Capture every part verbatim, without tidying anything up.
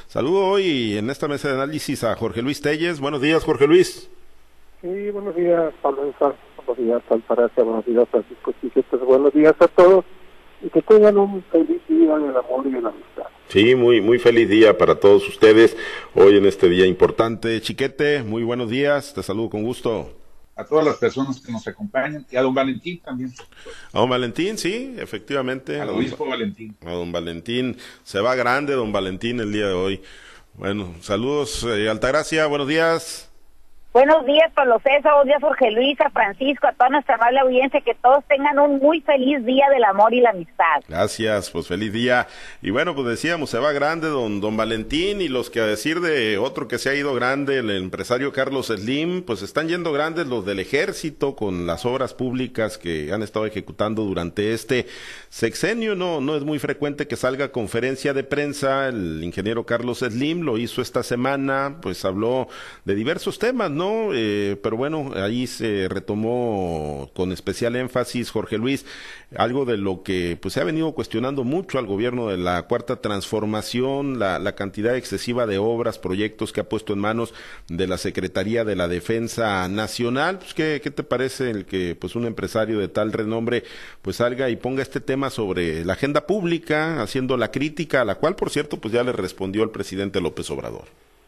Saludo hoy en esta mesa de análisis a Jorge Luis Telles. Buenos días, Jorge Luis. Sí, buenos días, Pablo César. Buenos días, Altagracia. Buenos días, Francisco Chiquetes. Buenos días a todos y que tengan un feliz día del amor y de la amistad. Sí, muy muy feliz día para todos ustedes hoy en este día importante. Chiquete, muy buenos días, te saludo con gusto. A todas las personas que nos acompañan y a don Valentín también. A don Valentín, sí, efectivamente. Al obispo Valentín. A don Valentín, se va grande don Valentín el día de hoy. Bueno, saludos, eh, Altagracia, buenos días. Buenos días, Pablo César, buenos días, Jorge Luis, a Francisco, a toda nuestra amable audiencia, que todos tengan un muy feliz día del amor y la amistad. Gracias, pues feliz día. Y bueno, pues decíamos, se va grande don don Valentín, y los que a decir de otro que se ha ido grande, el empresario Carlos Slim, pues están yendo grandes los del ejército con las obras públicas que han estado ejecutando durante este sexenio. No, no es muy frecuente que salga conferencia de prensa. El ingeniero Carlos Slim lo hizo esta semana, pues habló de diversos temas, ¿no? Eh, pero bueno, ahí se retomó con especial énfasis, Jorge Luis, algo de lo que pues se ha venido cuestionando mucho al gobierno de la Cuarta Transformación, la, la cantidad excesiva de obras, proyectos que ha puesto en manos de la Secretaría de la Defensa Nacional. Pues, ¿qué, qué te parece el que pues un empresario de tal renombre pues salga y ponga este tema sobre la agenda pública, haciendo la crítica, a la cual, por cierto, pues ya le respondió el presidente López Obrador?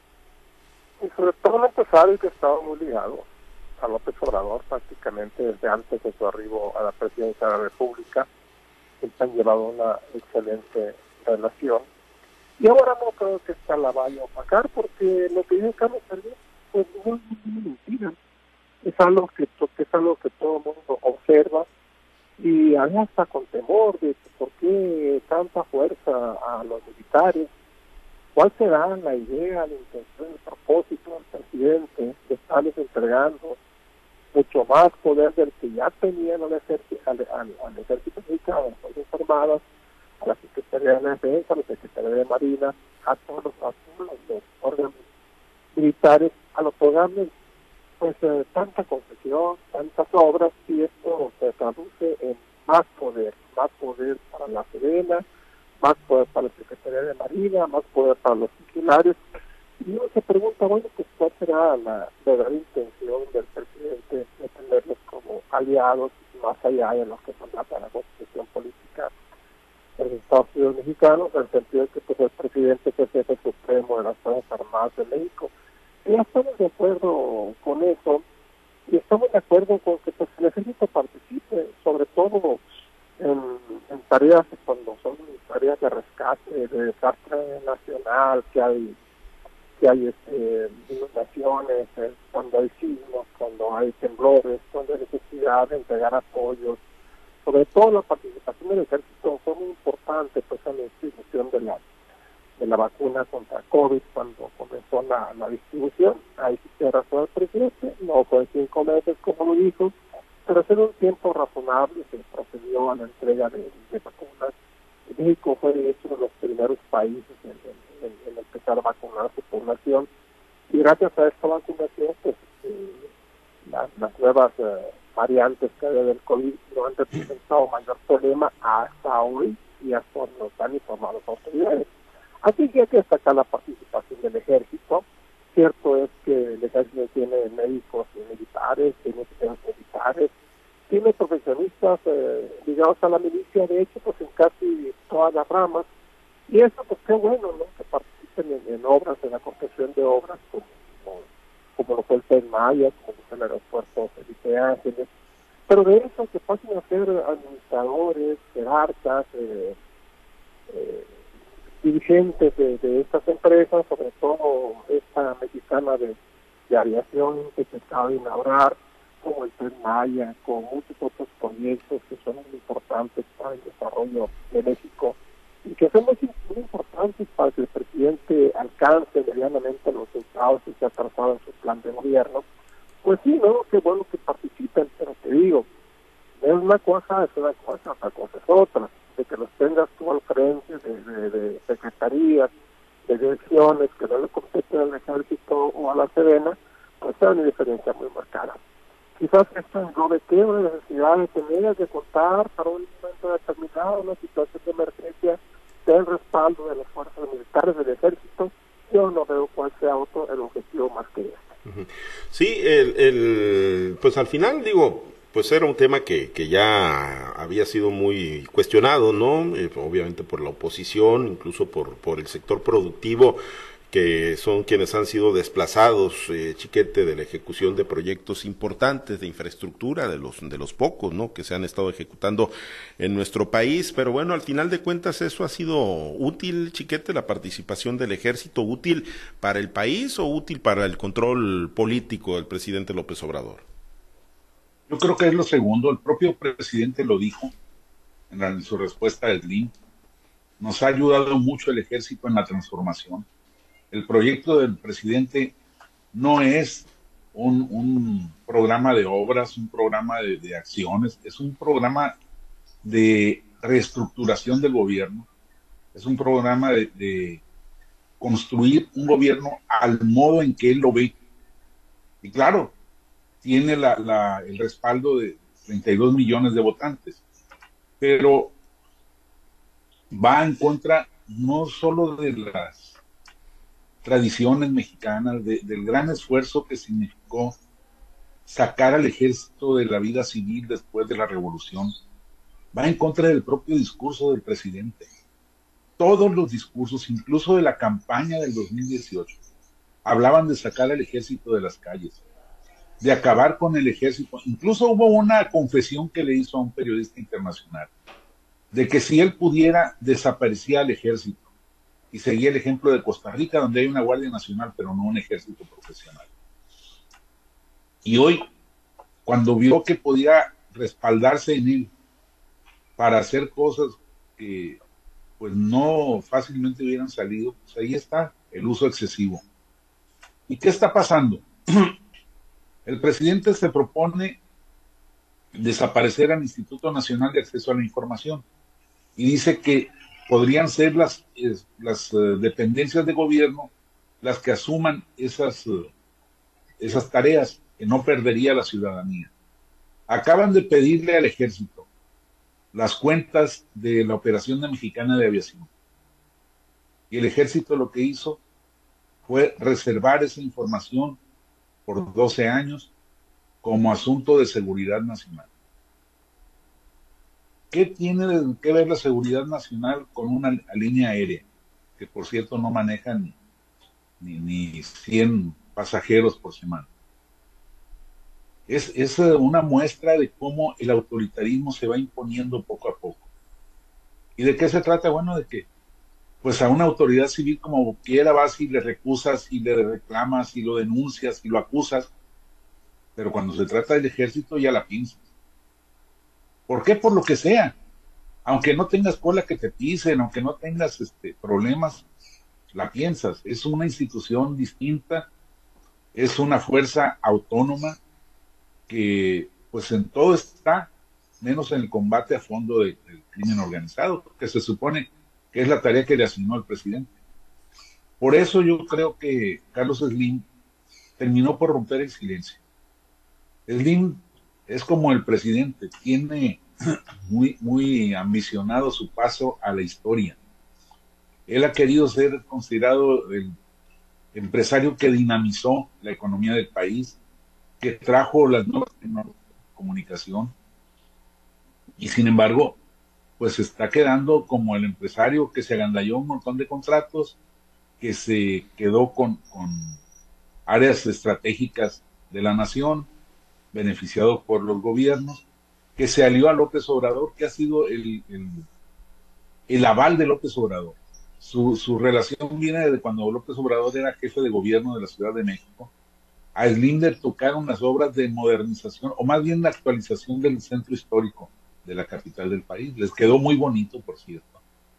Y sobre todo un empresario que estaba muy ligado a López Obrador prácticamente desde antes de su arribo a la presidencia de la República. Siempre han llevado una excelente relación. Y ahora no creo que esta la vaya a opacar, porque lo que dice Carlos Slim pues no es una mentira. Es algo que, que es algo que todo el mundo observa y habla hasta con temor de por qué tanta fuerza a los militares. ¿Cuál será la idea, la intención, el propósito del presidente de estarles entregando mucho más poder del que ya tenían al ejército, al, al, al ejército mexicano, a las Fuerzas Armadas, a la Secretaría de la Defensa, a la Secretaría de Marina, a todos los, a todos los órganos militares, a los programas, pues eh, tanta concesión, tantas obras, y esto se traduce en más poder, más poder para la Sedena, más poder para la Secretaría de Marina, más poder para los titulares. Y uno se pregunta, bueno, pues cuál será la verdadera intención del presidente de tenerlos como aliados, más allá de lo que mandata la Constitución política de los Estados Unidos mexicanos, en el sentido de que pues, el presidente es el jefe supremo de las Fuerzas Armadas de México. Y ya estamos de acuerdo con eso, y estamos de acuerdo con que pues, el ejército participe, sobre todo en, en tareas cuando son tareas de rescate, de desastre nacional, que hay que hay este, inundaciones, eh, cuando hay sismos, cuando hay temblores, cuando hay necesidad de entregar apoyos. Sobre todo la participación del ejército fue muy importante pues en la distribución de la de la vacuna contra COVID cuando comenzó la, la distribución. Ahí sí se razonó el presidente, no fue cinco meses como lo dijo, pero en un tiempo razonable se procedió a la entrega de, de vacunas. México fue de hecho de los primeros países en, en, en, en empezar a vacunar a su población, y gracias a esta vacunación pues eh, la, las nuevas eh, variantes que hay del COVID no han representado mayor problema hasta hoy, y hasta nos han informado las autoridades. Así que hay que destacar la participación del ejército. Cierto es que el ejército tiene médicos y militares, tiene sistemas militares, tiene profesionistas eh, ligados a la milicia, de hecho, pues en casi todas las ramas, y eso pues qué bueno, ¿no? Que participen en, en obras, en la construcción de obras, como, como, como lo fue el Tren Maya, como lo fue el aeropuerto Felipe Ángeles, pero de eso que pasen a ser administradores, jerarcas, eh, eh, dirigentes de, de estas empresas, sobre todo esta mexicana de, de aviación que se acaba de inaugurar, como el Tren Maya, con muchos otros proyectos que son muy importantes para el desarrollo de México y que son muy, muy importantes para que el presidente alcance medianamente los resultados que se ha trazado en su plan de gobierno. Pues sí, ¿no? Qué bueno que participen, pero te digo, es una cosa, es una cosa, otra cosa es otra, de que los tengas tú al frente de, de, de secretarías, de direcciones que no le competen al ejército o a la Sedena, pues hay una diferencia muy marcada. Quizás esto englobe una necesidad de tener, de contar para un momento determinado, una situación de emergencia, del respaldo de las fuerzas militares del ejército, sea otro el objetivo más que este. Sí, el, el, pues al final, digo, pues era un tema que, que ya había sido muy cuestionado, ¿no? Eh, obviamente por la oposición, incluso por, por el sector productivo, que son quienes han sido desplazados, eh, Chiquete, de la ejecución de proyectos importantes de infraestructura, de los de los pocos, ¿no?, que se han estado ejecutando en nuestro país. Pero bueno, al final de cuentas, ¿eso ha sido útil, Chiquete, la participación del ejército, útil para el país o útil para el control político del presidente López Obrador? Yo creo que es lo segundo. El propio presidente lo dijo en, la, en su respuesta al Slim. Nos ha ayudado mucho el ejército en la transformación. El proyecto del presidente no es un, un programa de obras, un programa de, de acciones, es un programa de reestructuración del gobierno, es un programa de, de construir un gobierno al modo en que él lo ve. Y claro, tiene la, la, el respaldo de treinta y dos millones de votantes, pero va en contra no solo de las tradiciones mexicanas, de, del gran esfuerzo que significó sacar al ejército de la vida civil después de la revolución, va en contra del propio discurso del presidente. Todos los discursos, incluso de la campaña del dos mil dieciocho, hablaban de sacar al ejército de las calles, de acabar con el ejército. Incluso hubo una confesión que le hizo a un periodista internacional, de que si él pudiera, desaparecía al ejército. Y seguía el ejemplo de Costa Rica, donde hay una Guardia Nacional, pero no un ejército profesional. Y hoy, cuando vio que podía respaldarse en él para hacer cosas que pues no fácilmente hubieran salido, pues ahí está el uso excesivo. ¿Y qué está pasando? El presidente se propone desaparecer al Instituto Nacional de Acceso a la Información y dice que podrían ser las, es, las uh, dependencias de gobierno las que asuman esas, uh, esas tareas, que no perdería la ciudadanía. Acaban de pedirle al ejército las cuentas de la operación de Mexicana de Aviación. Y el ejército lo que hizo fue reservar esa información por doce años como asunto de seguridad nacional. ¿Qué tiene que ver la seguridad nacional con una línea aérea? Que por cierto no maneja ni, ni, ni cien pasajeros por semana. Es, es una muestra de cómo el autoritarismo se va imponiendo poco a poco. ¿Y de qué se trata? Bueno, de que pues a una autoridad civil como quiera vas y le recusas y le reclamas y lo denuncias y lo acusas, pero cuando se trata del ejército ya la piensas. ¿Por qué? Por lo que sea. Aunque no tengas cola que te pisen, aunque no tengas este, problemas, la piensas. Es una institución distinta, es una fuerza autónoma que pues en todo está, menos en el combate a fondo de, del crimen organizado, que se supone que es la tarea que le asignó al presidente. Por eso yo creo que Carlos Slim terminó por romper el silencio. Slim es como el presidente, tiene muy, muy ambicionado su paso a la historia. Él ha querido ser considerado el empresario que dinamizó la economía del país, que trajo las nuevas tecnologías de comunicación, y sin embargo, pues está quedando como el empresario que se agandalló un montón de contratos, que se quedó con, con áreas estratégicas de la nación, beneficiado por los gobiernos, que se alió a López Obrador, que ha sido el, el, el aval de López Obrador. Su, su relación viene desde cuando López Obrador era jefe de gobierno de la Ciudad de México. A Slim le tocaron las obras de modernización, o más bien la actualización del centro histórico de la capital del país. Les quedó muy bonito, por cierto.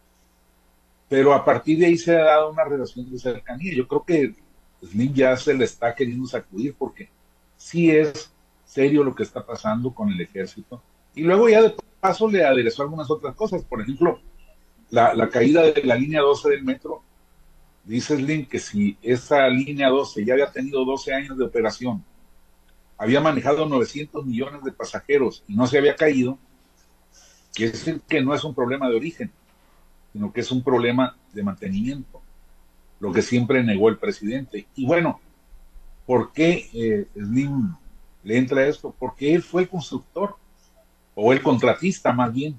Pero a partir de ahí se ha dado una relación de cercanía. Yo creo que Slim ya se le está queriendo sacudir, porque sí es serio lo que está pasando con el ejército. Y luego ya de paso le aderezó algunas otras cosas. Por ejemplo, la, la caída de la línea doce del metro. Dice Slim que si esa línea doce ya había tenido doce años de operación, había manejado novecientos millones de pasajeros y no se había caído, quiere decir que no es un problema de origen, sino que es un problema de mantenimiento. lo que siempre negó el presidente. Y bueno, ¿por qué eh, Slim le entra esto? Porque él fue el constructor, o el contratista más bien.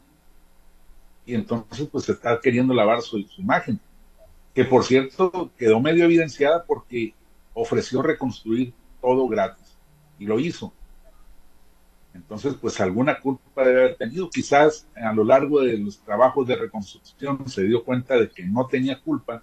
Y entonces pues se está queriendo lavar su, su imagen, que por cierto quedó medio evidenciada porque ofreció reconstruir todo gratis, y lo hizo. Entonces, pues alguna culpa debe haber tenido. Quizás a lo largo de los trabajos de reconstrucción se dio cuenta de que no tenía culpa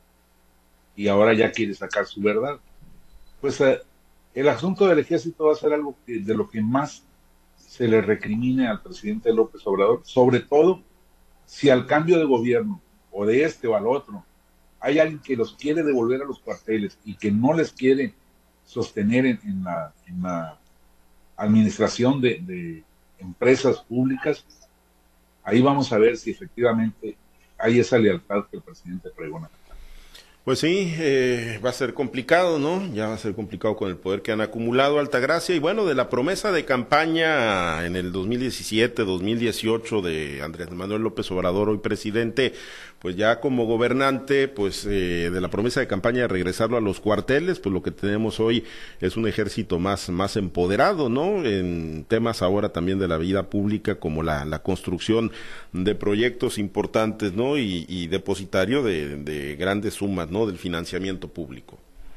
y ahora ya quiere sacar su verdad. Pues eh, el asunto del ejército va a ser algo que, de lo que más se le recrimine al presidente López Obrador, sobre todo si al cambio de gobierno, o de este o al otro, hay alguien que los quiere devolver a los cuarteles y que no les quiere sostener en, en, la, en la administración de, de empresas públicas, ahí vamos a ver si efectivamente hay esa lealtad que el presidente pregona. Pues sí, eh, va a ser complicado, ¿no? Ya va a ser complicado con el poder que han acumulado, Altagracia. Y bueno, de la promesa de campaña en el dos mil diecisiete, dos mil dieciocho de Andrés Manuel López Obrador, hoy presidente, pues ya como gobernante, pues eh, de la promesa de campaña de regresarlo a los cuarteles, pues lo que tenemos hoy es un ejército más, más empoderado, ¿no? En temas ahora también de la vida pública, como la, la construcción de proyectos importantes, ¿no? Y, y depositario de, de grandes sumas, ¿no? Del financiamiento público.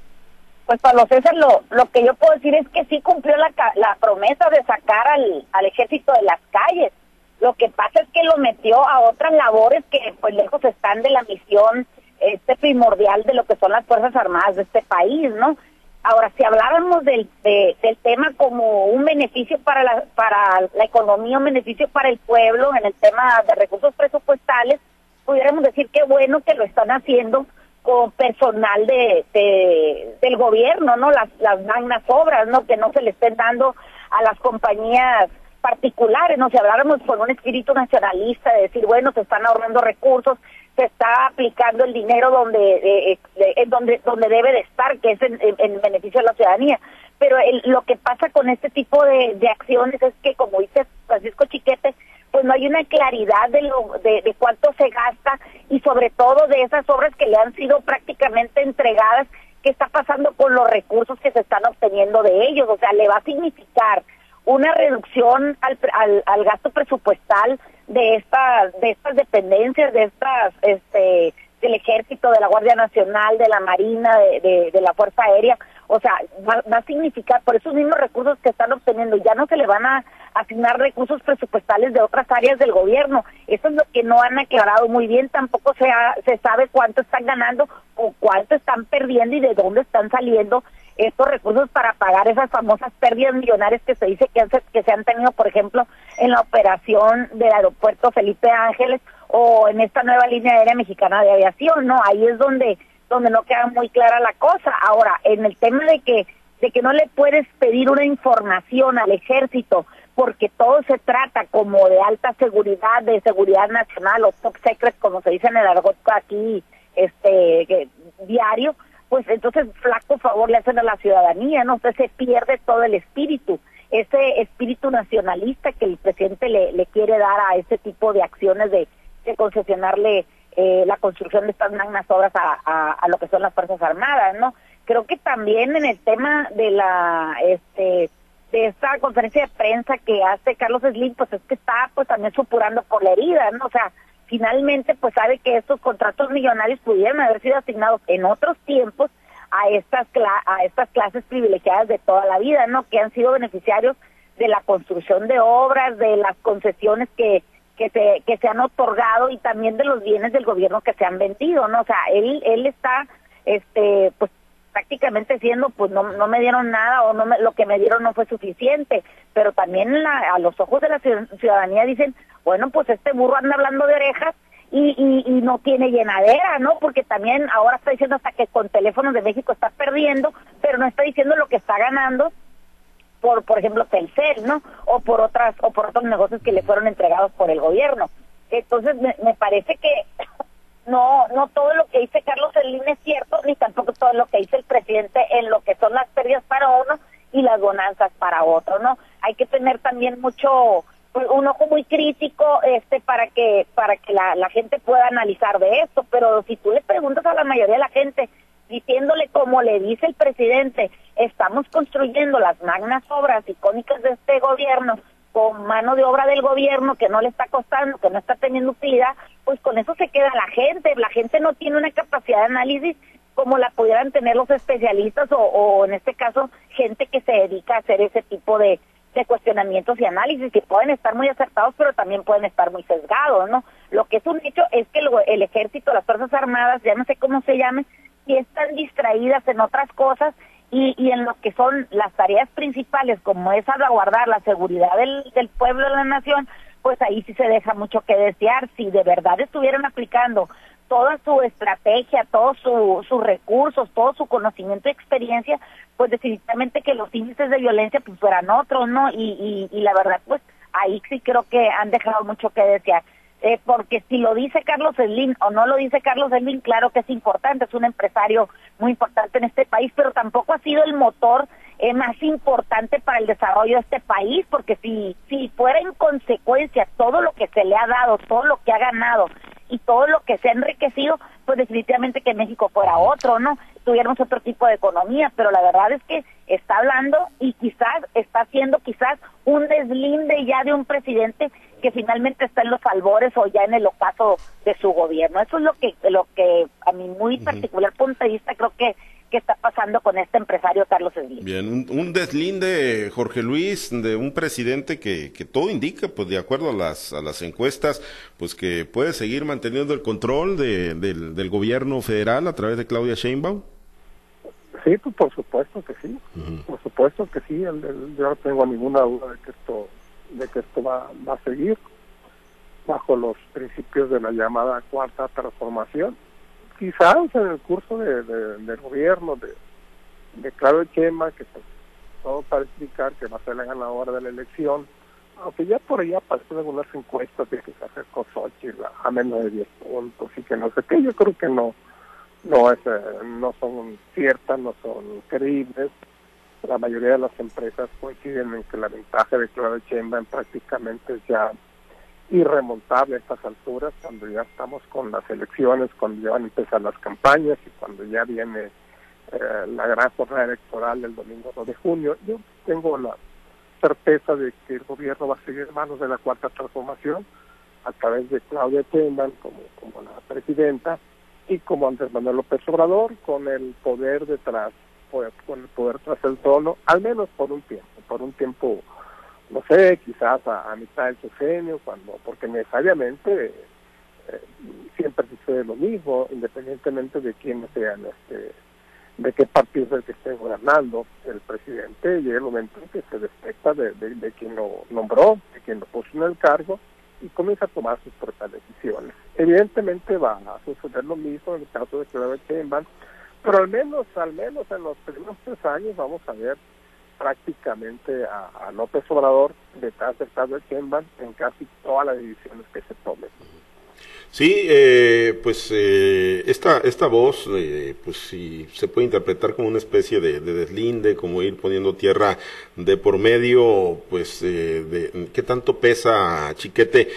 Pues Pablo César, lo, lo que yo puedo decir es que sí cumplió la, la promesa de sacar al, al ejército de las calles. Lo que pasa es que lo metió a otras labores que pues lejos están de la misión este primordial de lo que son las Fuerzas Armadas de este país, ¿no? Ahora, si habláramos del, de, del tema como un beneficio para la, para la economía, un beneficio para el pueblo, en el tema de recursos presupuestales, pudiéramos decir que bueno que lo están haciendo con personal de, de del gobierno, ¿no? Las, las magnas obras, ¿no? Que no se le estén dando a las compañías particulares, ¿no? Si habláramos con un espíritu nacionalista de decir, bueno, se están ahorrando recursos, se está aplicando el dinero donde eh, eh, donde donde debe de estar, que es en, en, en beneficio de la ciudadanía. Pero el, lo que pasa con este tipo de, de acciones es que, como dice Francisco Chiquete, pues no hay una claridad de, lo, de, de cuánto se gasta y sobre todo de esas obras que le han sido prácticamente entregadas, qué está pasando con los recursos que se están obteniendo de ellos. O sea, le va a significar una reducción al, al, al gasto presupuestal de estas de estas dependencias, de estas este del Ejército, de la Guardia Nacional, de la Marina, de, de, de la Fuerza Aérea. O sea, va, va a significar, por esos mismos recursos que están obteniendo, ya no se le van a asignar recursos presupuestales de otras áreas del gobierno. Eso es lo que no han aclarado muy bien. Tampoco se, ha, se sabe cuánto están ganando o cuánto están perdiendo y de dónde están saliendo estos recursos para pagar esas famosas pérdidas millonarias que se dice que, han, que se han tenido, por ejemplo, en la operación del aeropuerto Felipe Ángeles o en esta nueva línea aérea mexicana de aviación, ¿no? Ahí es donde donde no queda muy clara la cosa. Ahora, en el tema de que de que no le puedes pedir una información al ejército porque todo se trata como de alta seguridad, de seguridad nacional o top secret, como se dice en el argot aquí este que, diario, pues entonces flaco favor le hacen a la ciudadanía, ¿no? Entonces se pierde todo el espíritu, ese espíritu nacionalista que el presidente le, le quiere dar a ese tipo de acciones de, de concesionarle eh, la construcción de estas magnas obras a, a, a lo que son las Fuerzas Armadas, ¿no? Creo que también en el tema de la este de esta conferencia de prensa que hace Carlos Slim, pues es que está pues también supurando por la herida, ¿no? O sea, finalmente pues sabe que estos contratos millonarios pudieran haber sido asignados en otros tiempos a estas cla- a estas clases privilegiadas de toda la vida, ¿no? Que han sido beneficiarios de la construcción de obras, de las concesiones que que se que se han otorgado y también de los bienes del gobierno que se han vendido, ¿no? O sea, él él está este pues prácticamente diciendo, pues no no me dieron nada o no me, lo que me dieron no fue suficiente, pero también la, a los ojos de la ciudadanía dicen, bueno, pues este burro anda hablando de orejas y, y, y no tiene llenadera, ¿no? Porque también ahora está diciendo hasta que con Teléfonos de México está perdiendo, pero no está diciendo lo que está ganando por, por ejemplo, Telcel, ¿no? O por otras o por otros negocios que le fueron entregados por el gobierno. Entonces me, me parece que no no todo lo que dice Carlos Slim es cierto, ni tampoco todo lo que dice el presidente en lo que son las pérdidas para uno y las bonanzas para otro, ¿no? Hay que tener también mucho pues, un ojo muy crítico este para que para que la, la gente pueda analizar de esto, pero si tú le preguntas a la mayoría de la gente, diciéndole como le dice el presidente, estamos construyendo las magnas obras icónicas de este gobierno con mano de obra del gobierno que no le está costando, que no está teniendo utilidad, pues con eso se queda la gente. La gente no tiene una capacidad de análisis como la pudieran tener los especialistas o, o en este caso gente que se dedica a hacer ese tipo de, de cuestionamientos y análisis que pueden estar muy acertados pero también pueden estar muy sesgados, ¿no? Lo que es un hecho es que el, el ejército, las fuerzas armadas, ya no sé cómo se llamen, si están distraídas en otras cosas y, y en lo que son las tareas principales como es salvaguardar la seguridad del, del pueblo de la nación, pues ahí sí se deja mucho que desear. Si de verdad estuvieran aplicando toda su estrategia, todos su, sus recursos, todo su conocimiento y experiencia, pues definitivamente que los índices de violencia pues fueran otros, ¿no? Y, y, y la verdad, pues ahí sí creo que han dejado mucho que desear. Eh, porque si lo dice Carlos Slim o no lo dice Carlos Slim, claro que es importante, es un empresario muy importante en este país, pero tampoco ha sido el motor eh, más importante para el desarrollo de este país, porque si, si fuera en consecuencia todo lo que se le ha dado, todo lo que ha ganado y todo lo que se ha enriquecido, pues definitivamente que México fuera otro, ¿no? Tuviéramos otro tipo de economía, pero la verdad es que está hablando y quizás está haciendo quizás un deslinde ya de un presidente que finalmente está en los albores o ya en el ocaso de su gobierno. Eso es lo que lo que a mi muy particular punto de vista creo que que está pasando con este empresario Carlos Slim. Bien, un, un deslinde, Jorge Luis, de un presidente que, que todo indica, pues de acuerdo a las a las encuestas, pues que puede seguir manteniendo el control de, del, del gobierno federal a través de Claudia Sheinbaum. Sí, pues por supuesto que sí, uh-huh. por supuesto que sí, el, el, yo no tengo ninguna duda de que esto de que esto va, va a seguir bajo los principios de la llamada cuarta transformación. Quizás en el curso de, de, del gobierno de, de Claudia Sheinbaum, que pues, todo parece indicar que va a ser la ganadora de la elección, aunque ya por ahí aparecen algunas encuestas de que se acercó Xochitl a menos de diez puntos y que no sé qué, yo creo que no no es eh, no son ciertas, no son creíbles. La mayoría de las empresas coinciden en que la ventaja de Claudia Sheinbaum prácticamente es ya irremontable a estas alturas, cuando ya estamos con las elecciones, cuando ya van a empezar las campañas y cuando ya viene eh, la gran jornada electoral del domingo dos de junio. Yo tengo la certeza de que el gobierno va a seguir en manos de la cuarta transformación a través de Claudia Sheinbaum como, como la presidenta y como Andrés Manuel López Obrador con el poder detrás, con el poder tras el trono, al menos por un tiempo, por un tiempo no sé, quizás a, a mitad del sexenio, cuando, porque necesariamente eh, siempre sucede lo mismo, independientemente de quiénes sean, este, de qué partido es el que esté gobernando el presidente, llega el momento en que se despecta de, de, de quien lo nombró, de quien lo puso en el cargo, y comienza a tomar sus propias decisiones. Evidentemente va a suceder lo mismo en el caso de Claudia Sheinbaum, pero al menos, al menos en los primeros tres años vamos a ver prácticamente a, a López Obrador detrás de Claudia Sheinbaum en casi todas las decisiones que se tomen. Sí, eh, pues eh, esta esta voz, eh, pues sí, se puede interpretar como una especie de, de deslinde, como ir poniendo tierra de por medio, pues, eh, de qué tanto pesa Chiquete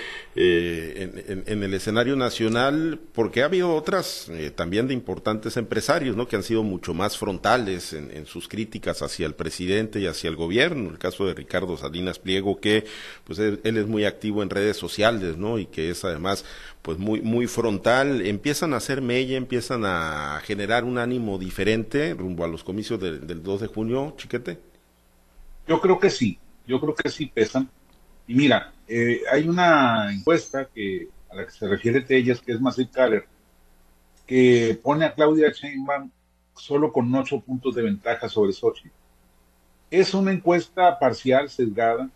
eh, en, en, en el escenario nacional, porque ha habido otras eh, también de importantes empresarios, ¿no?, que han sido mucho más frontales en, en sus críticas hacia el presidente y hacia el gobierno. El caso de Ricardo Salinas Pliego, que pues él, él es muy activo en redes sociales, ¿no?, y que es además pues muy muy frontal. Empiezan a hacer mella, empiezan a generar un ánimo diferente rumbo a los comicios de, del dos de junio, Chiquete. Yo creo que sí, yo creo que sí pesan. Y mira, eh, hay una encuesta que a la que se refiere Tellas, que es Massive Caller, que pone a Claudia Sheinbaum solo con ocho puntos de ventaja sobre Xochitl. Es una encuesta parcial, sesgada,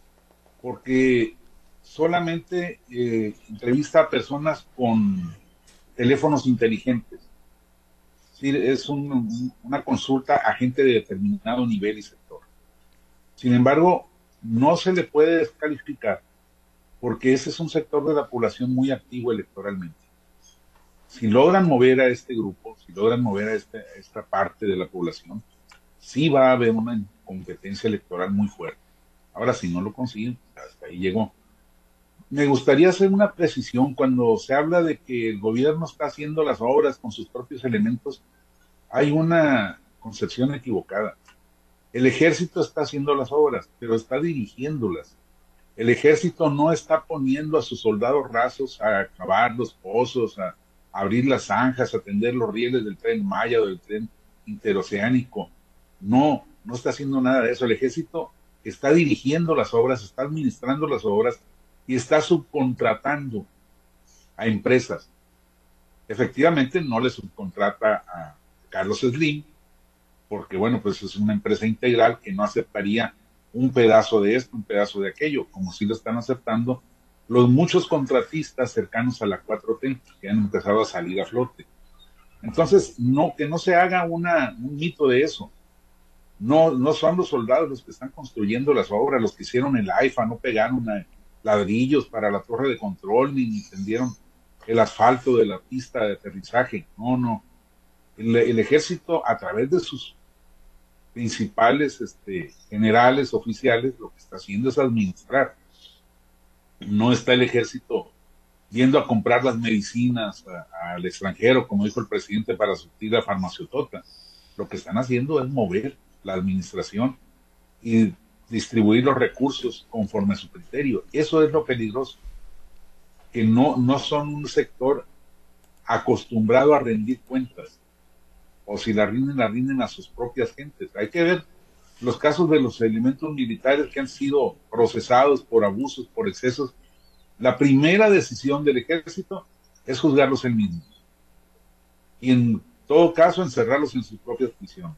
porque solamente eh, entrevista a personas con teléfonos inteligentes. Sí, es un, una consulta a gente de determinado nivel y sector. Sin embargo, no se le puede descalificar porque ese es un sector de la población muy activo electoralmente. Si logran mover a este grupo, si logran mover a, este, a esta parte de la población, sí va a haber una competencia electoral muy fuerte. Ahora, si no lo consiguen, hasta ahí llegó. Me gustaría hacer una precisión cuando se habla de que el gobierno está haciendo las obras con sus propios elementos. Hay una concepción equivocada. El ejército está haciendo las obras, pero está dirigiéndolas. El ejército no está poniendo a sus soldados rasos a cavar los pozos, a abrir las zanjas, a tender los rieles del tren Maya o del tren interoceánico. No, no está haciendo nada de eso. El ejército está dirigiendo las obras, está administrando las obras y está subcontratando a empresas. Efectivamente, no le subcontrata a Carlos Slim, porque, bueno, pues es una empresa integral que no aceptaría un pedazo de esto, un pedazo de aquello, como sí lo están aceptando los muchos contratistas cercanos a la cuatro T que han empezado a salir a flote. Entonces, no, que no se haga una, un mito de eso. No, no son los soldados los que están construyendo las obras, los que hicieron el AIFA, no pegaron una, ladrillos para la torre de control, ni, ni tendieron el asfalto de la pista de aterrizaje. No, no. El, el ejército, a través de sus principales este, generales, oficiales, lo que está haciendo es administrar. No está el ejército yendo a comprar las medicinas a, al extranjero, como dijo el presidente, para surtir la farmacéutica. Lo que están haciendo es mover la administración y distribuir los recursos conforme a su criterio. Eso es lo peligroso, que no, no son un sector acostumbrado a rendir cuentas, o si la rinden, la rinden a sus propias gentes. Hay que ver los casos de los elementos militares que han sido procesados por abusos, por excesos. La primera decisión del ejército es juzgarlos él mismo, y en todo caso encerrarlos en sus propias prisiones.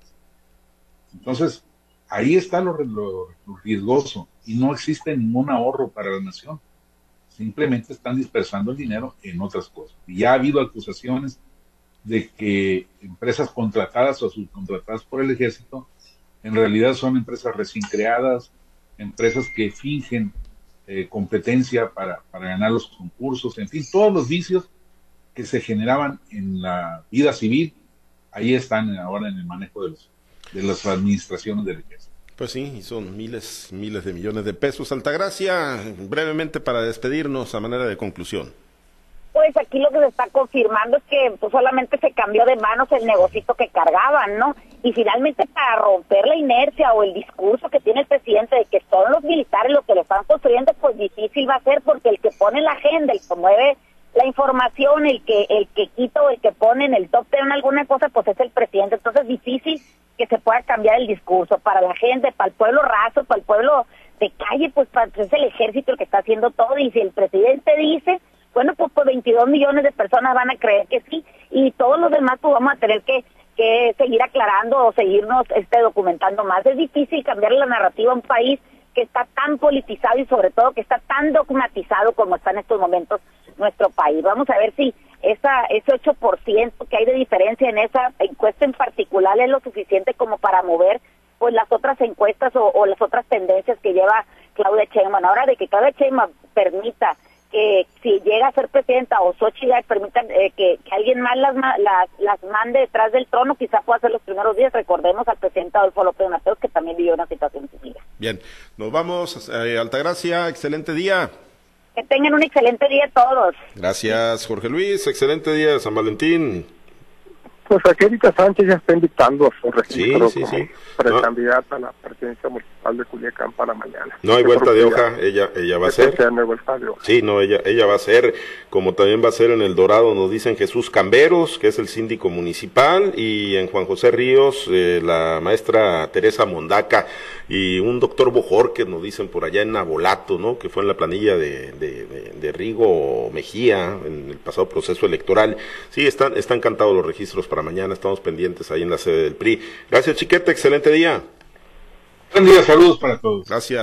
Entonces, ahí está lo, lo, lo riesgoso, y no existe ningún ahorro para la nación. Simplemente están dispersando el dinero en otras cosas. Y ya ha habido acusaciones de que empresas contratadas o subcontratadas por el ejército en realidad son empresas recién creadas, empresas que fingen eh, competencia para, para ganar los concursos, en fin, todos los vicios que se generaban en la vida civil, ahí están ahora en el manejo de, los, de las administraciones del ejército. Pues sí, y son miles y miles de millones de pesos. Altagracia, brevemente para despedirnos a manera de conclusión. Pues aquí lo que se está confirmando es que pues, solamente se cambió de manos el negocito que cargaban, ¿no? Y finalmente para romper la inercia o el discurso que tiene el presidente de que son los militares los que lo están construyendo, pues difícil va a ser, porque el que pone la agenda, el que mueve la información, el que el que quita o el que pone en el top ten alguna cosa, pues es el presidente. Entonces difícil que se pueda cambiar el discurso para la gente, para el pueblo raso, para el pueblo de calle, pues para, es el ejército el que está haciendo todo. Y si el presidente dice, bueno, pues, pues veintidós millones de personas van a creer que sí, y todos los demás pues vamos a tener que, que seguir aclarando o seguirnos este documentando más. Es difícil cambiar la narrativa a un país que está tan politizado y sobre todo que está tan dogmatizado como está en estos momentos nuestro país. Vamos a ver si esa ese ocho por ciento que hay de diferencia en esa encuesta en particular es lo suficiente como para mover pues las otras encuestas o, o las otras tendencias que lleva Claudia Sheinbaum. Ahora, de que Claudia Sheinbaum permita que si llega a ser presidenta o Xochitl permitan eh, que, que alguien más las, las las mande detrás del trono, quizá pueda ser los primeros días. Recordemos al presidente Adolfo López Mateos, que también vivió una situación similar. Bien, nos vamos, eh, Altagracia, excelente día. Que tengan un excelente día todos. Gracias, Jorge Luis, excelente día, San Valentín. Pues aquí Erika Sánchez ya está invitando a su registro sí, sí, como sí. precandidata no. a la presidencia municipal de Culiacán para mañana. No hay Yo vuelta de ya, hoja, ella ella va a ser. Ya no hay vuelta de hoja. Sí, no, ella ella va a ser, como también va a ser en El Dorado, nos dicen Jesús Camberos, que es el síndico municipal, y en Juan José Ríos, eh, la maestra Teresa Mondaca, y un doctor Bojorquez, nos dicen por allá en Nabolato, ¿no? Que fue en la planilla de, de, de, de Rigo Mejía, en el pasado proceso electoral. Sí, están, están cantados los registros para mañana, estamos pendientes ahí en la sede del P R I. Gracias, Chiquete, excelente día. Buen día, saludos para todos. Gracias.